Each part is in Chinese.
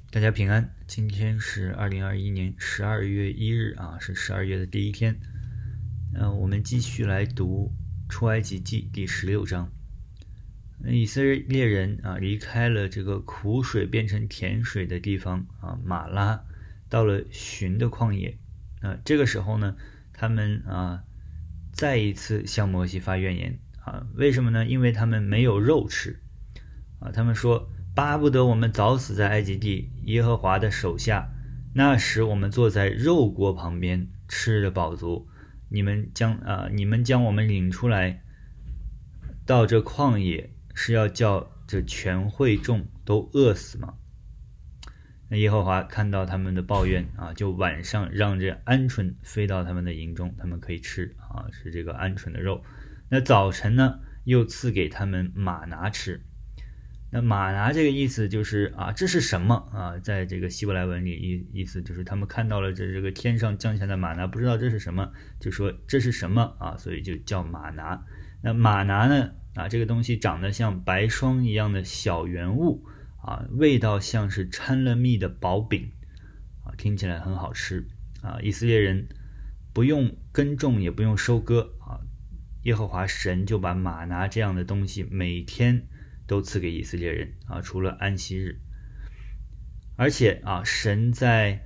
大家平安，今天是2021年12月1日啊，是12月的第一天。我们继续来读出埃及记第16章。以色列人啊离开了这个苦水变成甜水的地方啊马拉，到了寻的旷野。这个时候呢，他们再一次向摩西发怨言啊，为什么呢？因为他们没有肉吃啊，他们说巴不得我们早死在埃及地耶和华的手下，那时我们坐在肉锅旁边吃了饱足。你们将我们领出来到这旷野，是要叫这全会众都饿死吗？那耶和华看到他们的抱怨啊，就晚上让这鹌鹑飞到他们的营中，他们可以吃啊，是这个鹌鹑的肉。那早晨呢，又赐给他们玛拿吃。那玛拿这个意思就是这是什么啊？在这个希伯来文里意思就是他们看到了这个天上降下的玛拿，不知道这是什么，就说这是什么啊？所以就叫玛拿。那玛拿呢这个东西长得像白霜一样的小圆物啊，味道像是掺了蜜的薄饼啊，听起来很好吃啊。以色列人不用耕种也不用收割啊，耶和华神就把玛拿这样的东西每天都赐给以色列人啊，除了安息日。而且神在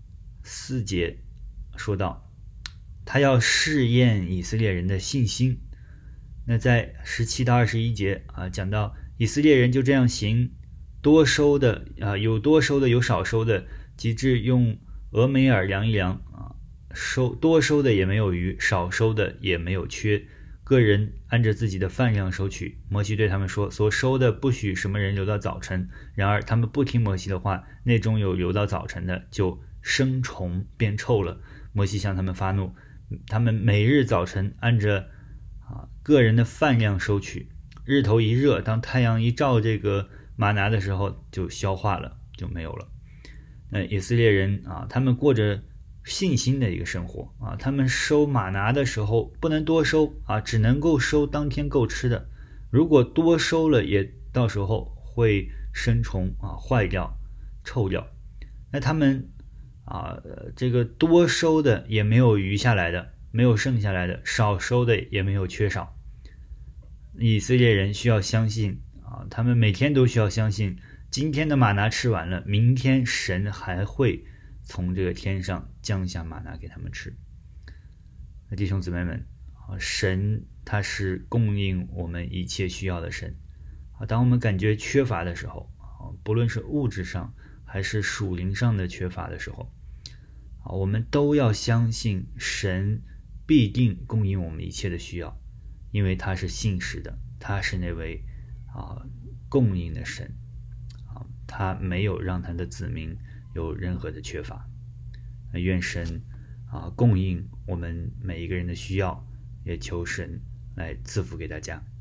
4节说到，他要试验以色列人的信心。那在17到21节讲到以色列人就这样行，多收的有多收的，有少收的，及至用俄梅尔量一量多收的也没有余，少收的也没有缺，个人按着自己的饭量收取。摩西对他们说，所收的不许什么人留到早晨。然而他们不听摩西的话，内中有留到早晨的，就生虫变臭了。摩西向他们发怒，他们每日早晨按着个人的饭量收取，日头一热，当太阳一照这个玛拿的时候，就消化了，就没有了。那以色列人他们过着信心的一个生活他们收玛拿的时候不能多收只能够收当天够吃的，如果多收了也到时候会生虫坏掉臭掉。那他们这个多收的也没有余下来的，没有剩下来的，少收的也没有缺少。以色列人需要相信他们每天都需要相信，今天的玛拿吃完了，明天神还会从这个天上降下玛拿给他们吃。那弟兄姊妹们神他是供应我们一切需要的神当我们感觉缺乏的时候不论是物质上还是属灵上的缺乏的时候我们都要相信神必定供应我们一切的需要，因为他是信实的，他是那位供应的神他没有让他的子民有任何的缺乏。愿神供应我们每一个人的需要，也求神来赐福给大家。